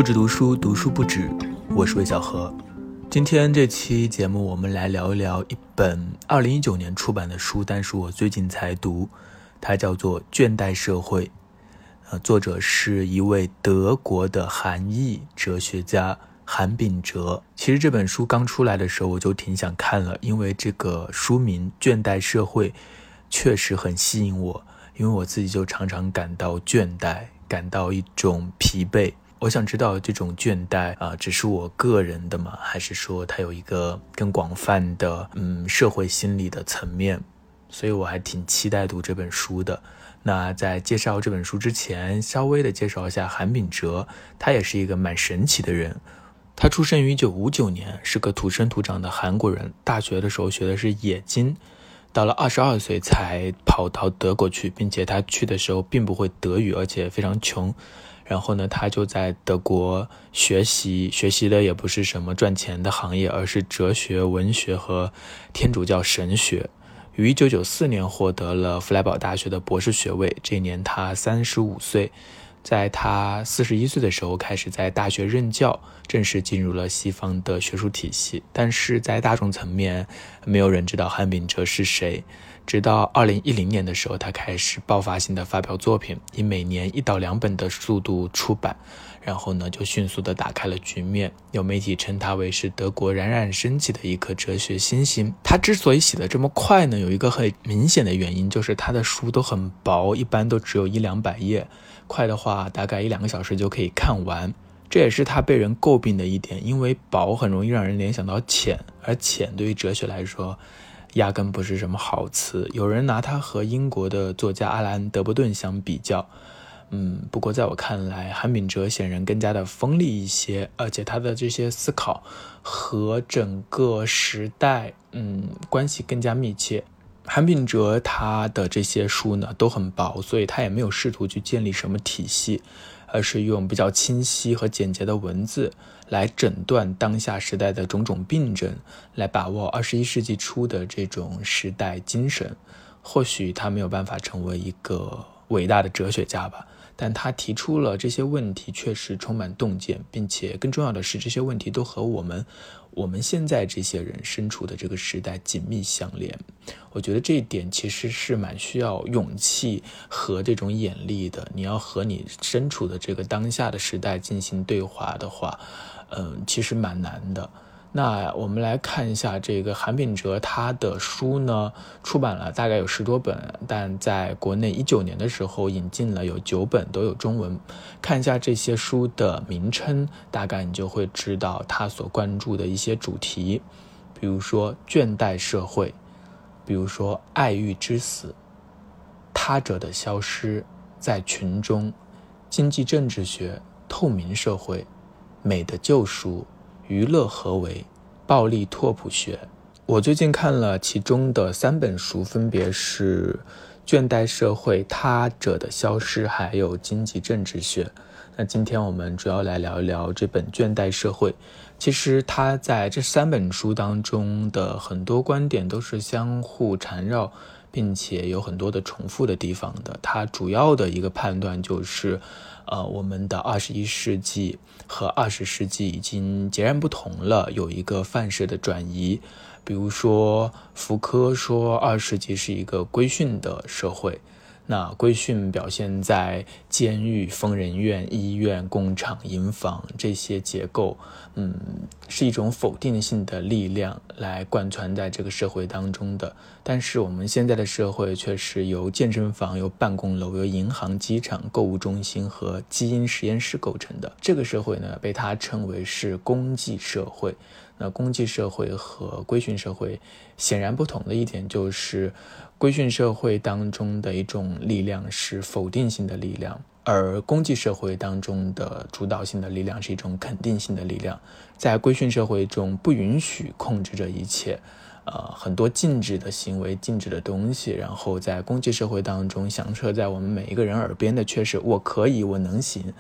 不止读书，读书不止。我是魏小何。今天这期节目我们来聊一聊一本2019年出版的书，但是我最近才读，它叫做《倦怠社会》。作者是一位德国的韩裔哲学家韩炳哲。其实这本书刚出来的时候我就挺想看了，因为这个书名《倦怠社会》确实很吸引我，因为我自己就常常感到倦怠，感到一种疲惫。我想知道这种倦怠只是我个人的吗？还是说它有一个更广泛的社会心理的层面？所以我还挺期待读这本书的。那在介绍这本书之前，稍微的介绍一下韩炳哲。他也是一个蛮神奇的人。他出生于1959年，是个土生土长的韩国人。大学的时候学的是冶金，到了22岁才跑到德国去，并且他去的时候并不会德语，而且非常穷。然后呢，他就在德国学习的也不是什么赚钱的行业，而是哲学、文学和天主教神学。于1994年获得了弗莱堡大学的博士学位，这年他35岁。在他41岁的时候开始在大学任教，正式进入了西方的学术体系。但是在大众层面，没有人知道韩炳哲是谁。直到2010年的时候，他开始爆发性的发表作品，以每年1到2本的速度出版，然后呢就迅速的打开了局面。有媒体称他为是德国冉冉升起的一颗哲学新星。他之所以写得这么快呢，有一个很明显的原因，就是他的书都很薄，一般都只有100-200页，快的话大概1-2个小时就可以看完。这也是他被人诟病的一点，因为薄很容易让人联想到浅，而浅对于哲学来说压根不是什么好词。有人拿他和英国的作家阿兰·德伯顿相比较，不过在我看来，韩炳哲显然更加的锋利一些，而且他的这些思考和整个时代关系更加密切。韩炳哲他的这些书呢都很薄，所以他也没有试图去建立什么体系，而是用比较清晰和简洁的文字来诊断当下时代的种种病症，来把握21世纪初的这种时代精神。或许他没有办法成为一个伟大的哲学家吧，但他提出了这些问题确实充满洞见，并且更重要的是，这些问题都和我们现在这些人身处的这个时代紧密相连。我觉得这一点其实是蛮需要勇气和这种眼力的。你要和你身处的这个当下的时代进行对话的话，其实蛮难的。那我们来看一下这个韩炳哲他的书呢，出版了大概有10多本，但在国内19年的时候引进了有9本，都有中文。看一下这些书的名称，大概你就会知道他所关注的一些主题，比如说倦怠社会，比如说爱欲之死，他者的消失，在群中，经济政治学，透明社会，美的救赎，娱乐何为，暴力拓扑学。我最近看了其中的3本书，分别是倦怠社会、他者的消失还有经济政治学。那今天我们主要来聊一聊这本倦怠社会。其实他在这3本书当中的很多观点都是相互缠绕，并且有很多的重复的地方的。他主要的一个判断就是我们的21世纪和20世纪已经截然不同了，有一个范式的转移。比如说福柯说20世纪是一个规训的社会，那规训表现在监狱、疯人院、医院、工厂、营房这些结构，是一种否定性的力量来贯穿在这个社会当中的。但是我们现在的社会却是由健身房、由办公楼、由银行、机场、购物中心和基因实验室构成的。这个社会呢，被它称为是公济社会。那公济社会和规训社会显然不同的一点就是，规训社会当中的一种力量是否定性的力量，而公济社会当中的主导性的力量是一种肯定性的力量。在规训社会中不允许控制着一切，很多禁止的行为、禁止的东西，然后在公济社会当中响彻在我们每一个人耳边的却是我可以，我能行。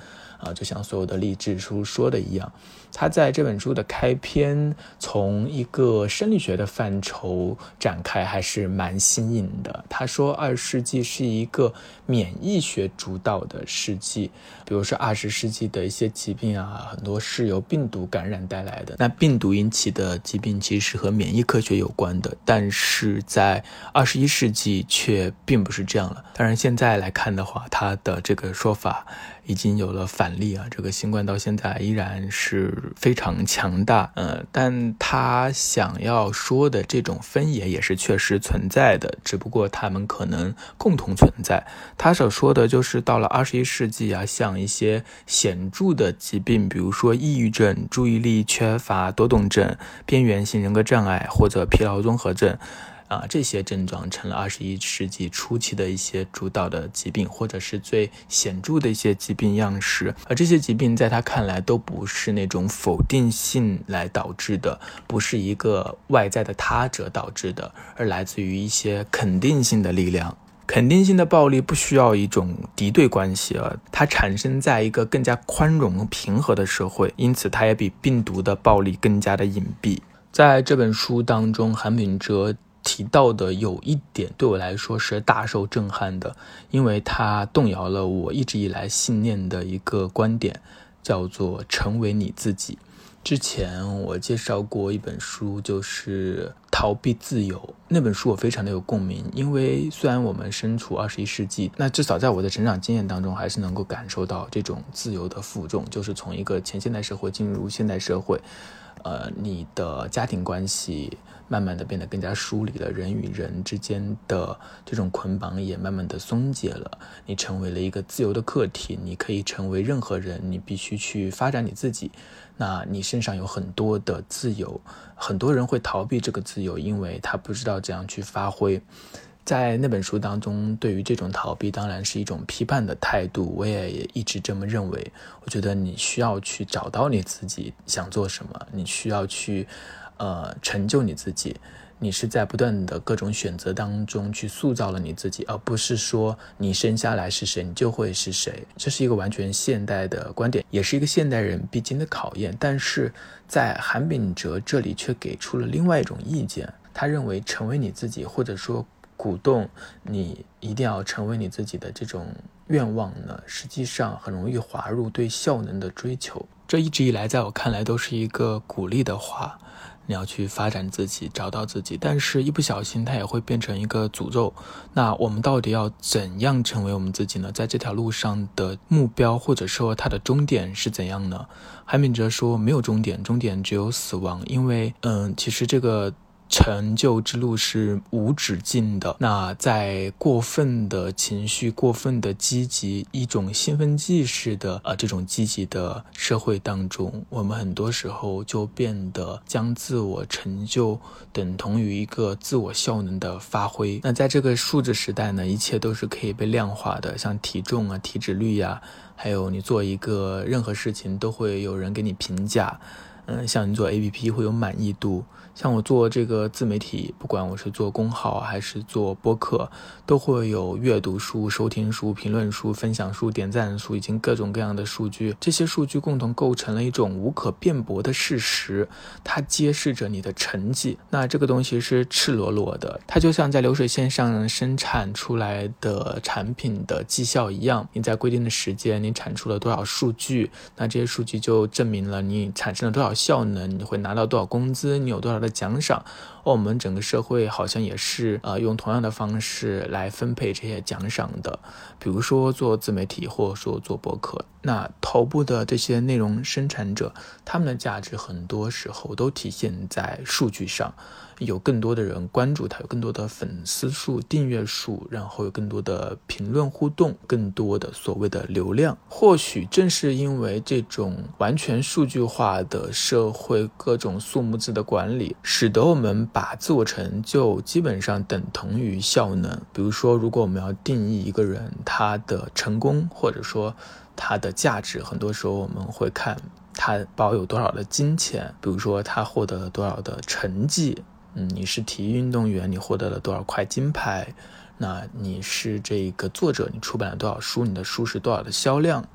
就像所有的励志书说的一样，他在这本书的开篇从一个生理学的范畴展开，还是蛮新颖的。他说20世纪是一个免疫学主导的世纪，比如说20世纪的一些疾病很多是由病毒感染带来的。那病毒引起的疾病其实和免疫科学有关的，但是在21世纪却并不是这样了。当然现在来看的话，他的这个说法已经有了反例这个新冠到现在依然是非常强大，但他想要说的这种分野也是确实存在的，只不过他们可能共同存在。他所说的就是到了21世纪像一些显著的疾病，比如说抑郁症、注意力缺乏多动症、边缘性人格障碍或者疲劳综合症这些症状成了21世纪初期的一些主导的疾病，或者是最显著的一些疾病样式。而这些疾病在他看来都不是那种否定性来导致的，不是一个外在的他者导致的，而来自于一些肯定性的力量。肯定性的暴力不需要一种敌对关系它产生在一个更加宽容平和的社会，因此它也比病毒的暴力更加的隐蔽。在这本书当中，韩炳哲提到的有一点对我来说是大受震撼的，因为它动摇了我一直以来信念的一个观点，叫做成为你自己。之前我介绍过一本书，就是逃避自由，那本书我非常的有共鸣，因为虽然我们身处21世纪，那至少在我的成长经验当中还是能够感受到这种自由的负重，就是从一个前现代社会进入现代社会，你的家庭关系慢慢的变得更加疏离了，人与人之间的这种捆绑也慢慢的松解了，你成为了一个自由的个体，你可以成为任何人，你必须去发展你自己，那你身上有很多的自由，很多人会逃避这个自由，因为他不知道怎样去发挥。在那本书当中，对于这种逃避当然是一种批判的态度，我也一直这么认为。我觉得你需要去找到你自己想做什么，你需要去成就你自己，你是在不断的各种选择当中去塑造了你自己，而不是说你生下来是谁你就会是谁。这是一个完全现代的观点，也是一个现代人必经的考验，但是在韩炳哲这里却给出了另外一种意见。他认为成为你自己，或者说鼓动你一定要成为你自己的这种愿望呢，实际上很容易滑入对效能的追求。这一直以来在我看来都是一个鼓励的话，你要去发展自己，找到自己，但是一不小心它也会变成一个诅咒。那我们到底要怎样成为我们自己呢？在这条路上的目标或者说它的终点是怎样呢？韩炳哲说没有终点，终点只有死亡，因为其实这个成就之路是无止境的。那在过分的情绪、过分的积极、一种兴奋剂式的这种积极的社会当中，我们很多时候就变得将自我成就等同于一个自我效能的发挥。那在这个数字时代呢，一切都是可以被量化的，像体重体脂率还有你做一个任何事情都会有人给你评价。像你做 APP 会有满意度，像我做这个自媒体，不管我是做公号还是做播客，都会有阅读数、收听数、评论数、分享数、点赞数，以及各种各样的数据。这些数据共同构成了一种无可辩驳的事实，它揭示着你的成绩。那这个东西是赤裸裸的，它就像在流水线上生产出来的产品的绩效一样，你在规定的时间你产出了多少数据，那这些数据就证明了你产生了多少效能，你会拿到多少工资，你有多少的奖赏。我们整个社会好像也是用同样的方式来分配这些奖赏的，比如说做自媒体或者说做播客，那头部的这些内容生产者，他们的价值很多时候都体现在数据上，有更多的人关注他，有更多的粉丝数、订阅数，然后有更多的评论互动，更多的所谓的流量。或许正是因为这种完全数据化的社会，各种数目字的管理，使得我们把自我成就基本上等同于效能。比如说，如果我们要定义一个人他的成功，或者说他的价值，很多时候我们会看他保有多少的金钱，比如说他获得了多少的成绩，你是体育运动员，你获得了多少块金牌，那你是这个作者，你出版了多少书，你的书是多少的销量，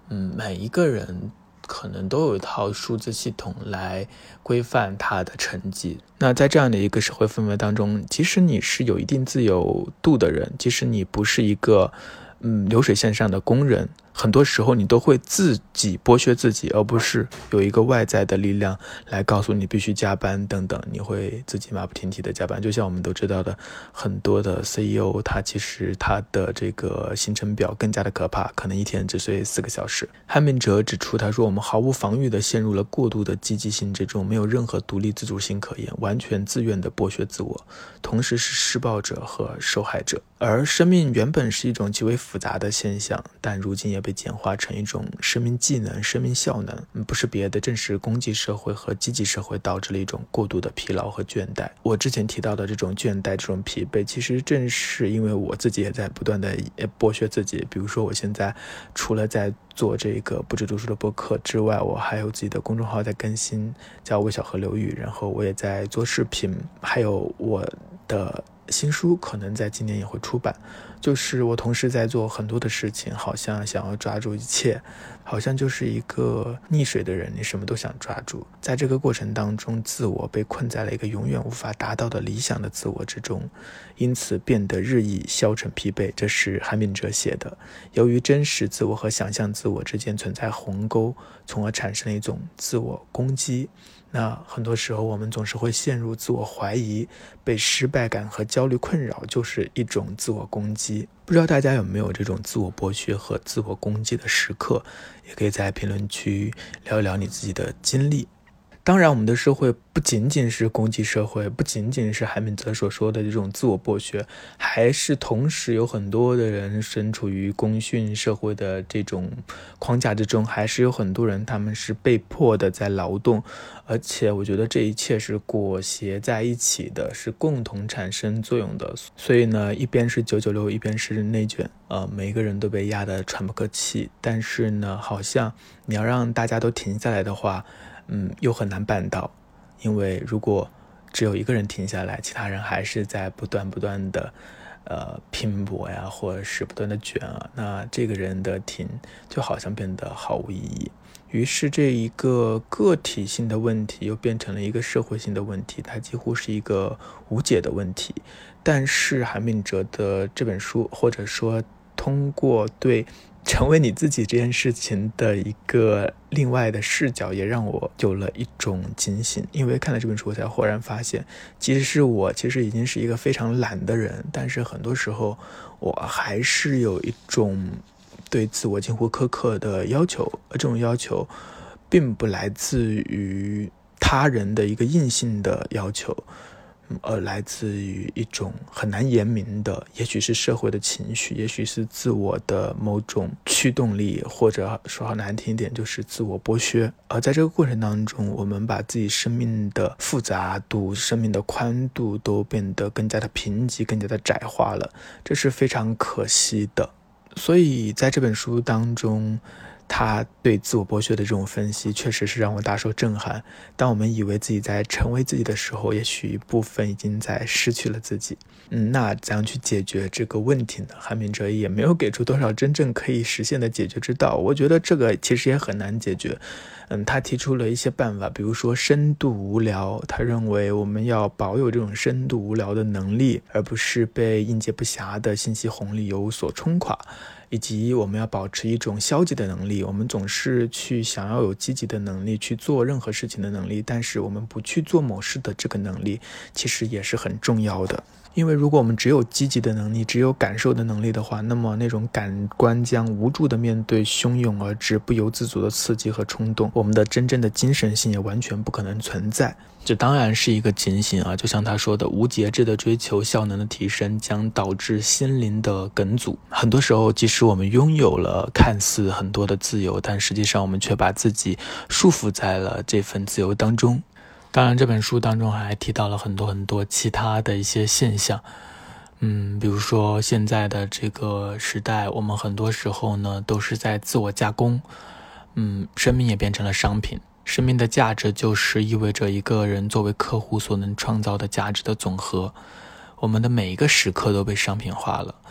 每一个人可能都有一套数字系统来规范他的成绩。那在这样的一个社会氛围当中，即使你是有一定自由度的人，即使你不是一个流水线上的工人，很多时候你都会自己剥削自己，而不是有一个外在的力量来告诉你必须加班等等，你会自己马不停蹄的加班。就像我们都知道的，很多的 CEO 他其实他的这个行程表更加的可怕，可能一天只睡4个小时。汉敏哲指出，他说我们毫无防御的陷入了过度的积极性之中，没有任何独立自主性可言，完全自愿的剥削自我，同时是施暴者和受害者。而生命原本是一种极为复杂的现象，但如今也被简化成一种生命技能、生命效能，不是别的，正是功绩社会和积极社会导致了一种过度的疲劳和倦怠。我之前提到的这种倦怠、这种疲惫，其实正是因为我自己也在不断的剥削自己。比如说我现在除了在做这个不止读书的播客之外，我还有自己的公众号在更新，叫魏小河流域，然后我也在做视频，还有我的新书可能在今年也会出版。就是我同时在做很多的事情，好像想要抓住一切，好像就是一个溺水的人，你什么都想抓住。在这个过程当中，自我被困在了一个永远无法达到的理想的自我之中，因此变得日益消沉疲惫。这是韩敏哲写的。由于真实自我和想象自我之间存在鸿沟，从而产生了一种自我攻击。那很多时候我们总是会陷入自我怀疑，被失败感和焦虑困扰，就是一种自我攻击。不知道大家有没有这种自我剥削和自我攻击的时刻，也可以在评论区聊一聊你自己的经历。当然我们的社会不仅仅是攻击社会，不仅仅是韩敏哲所说的这种自我剥削，还是同时有很多的人身处于功勋社会的这种框架之中，还是有很多人他们是被迫的在劳动，而且我觉得这一切是裹挟在一起的，是共同产生作用的。所以呢，一边是996，一边是内卷，每一个人都被压得喘不过气。但是呢，好像你要让大家都停下来的话，又很难办到。因为如果只有一个人停下来，其他人还是在不断的拼搏呀，或者是不断的卷啊，那这个人的停就好像变得毫无意义。于是这一个个体性的问题又变成了一个社会性的问题，它几乎是一个无解的问题。但是韩敏哲的这本书，或者说通过对成为你自己这件事情的一个另外的视角，也让我有了一种警醒。因为看了这本书，我才豁然发现，即使是我其实已经是一个非常懒的人，但是很多时候我还是有一种对自我近乎苛刻的要求，而这种要求并不来自于他人的一个硬性的要求，而来自于一种很难言明的，也许是社会的情绪，也许是自我的某种驱动力，或者说好难听一点，就是自我剥削。而在这个过程当中，我们把自己生命的复杂度、生命的宽度都变得更加的贫瘠，更加的窄化了，这是非常可惜的。所以在这本书当中，他对自我剥削的这种分析确实是让我大受震撼。当我们以为自己在成为自己的时候，也许一部分已经在失去了自己。那怎样去解决这个问题呢？韩敏哲也没有给出多少真正可以实现的解决之道。我觉得这个其实也很难解决。他提出了一些办法，比如说深度无聊。他认为我们要保有这种深度无聊的能力，而不是被应接不暇的信息红利有所冲垮。以及我们要保持一种消极的能力，我们总是去想要有积极的能力，去做任何事情的能力，但是我们不去做某事的这个能力其实也是很重要的。因为如果我们只有积极的能力，只有感受的能力的话，那么那种感官将无助的面对汹涌而至、不由自主的刺激和冲动，我们的真正的精神性也完全不可能存在。这当然是一个警醒啊，就像他说的，无节制的追求效能的提升将导致心灵的梗阻。很多时候，即使我们拥有了看似很多的自由，但实际上我们却把自己束缚在了这份自由当中。当然这本书当中还提到了很多其他的一些现象，比如说现在的这个时代，我们很多时候呢都是在自我加工，生命也变成了商品。生命的价值就是意味着一个人作为客户所能创造的价值的总和，我们的每一个时刻都被商品化了。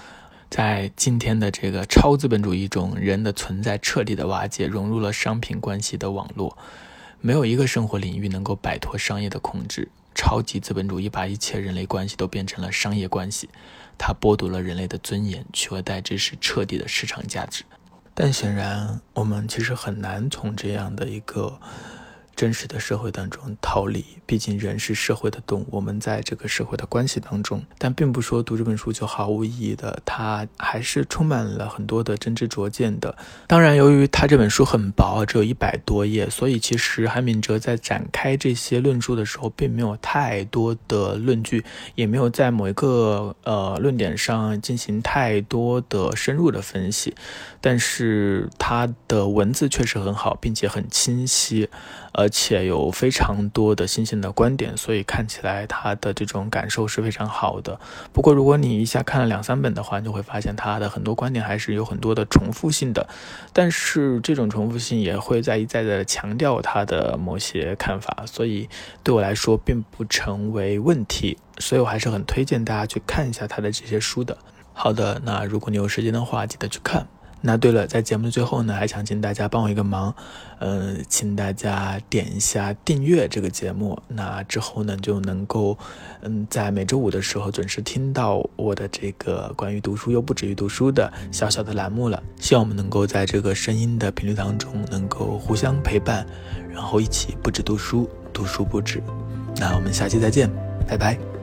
在今天的这个超资本主义中，人的存在彻底的瓦解，融入了商品关系的网络，没有一个生活领域能够摆脱商业的控制。超级资本主义把一切人类关系都变成了商业关系，它剥夺了人类的尊严，取而代之是彻底的市场价值。但显然我们其实很难从这样的一个真实的社会当中逃离，毕竟人是社会的动物，我们在这个社会的关系当中，但并不说读这本书就毫无意义的，它还是充满了很多的真知灼见的。当然由于它这本书很薄，只有100多页，所以其实韩敏哲在展开这些论述的时候并没有太多的论据，也没有在某一个论点上进行太多的深入的分析，但是它的文字确实很好，并且很清晰，而且有非常多的新鲜的观点，所以看起来他的这种感受是非常好的。不过如果你一下看了2-3本的话，你就会发现他的很多观点还是有很多的重复性的，但是这种重复性也会一再的强调他的某些看法，所以对我来说并不成为问题，所以我还是很推荐大家去看一下他的这些书的。好的，那如果你有时间的话记得去看。那对了，在节目的最后呢，还想请大家帮我一个忙，请大家点一下订阅这个节目，那之后呢就能够在每周5的时候准时听到我的这个关于读书又不止于读书的小小的栏目了。希望我们能够在这个声音的频率当中能够互相陪伴，然后一起不止读书，读书不止。那我们下期再见，拜拜。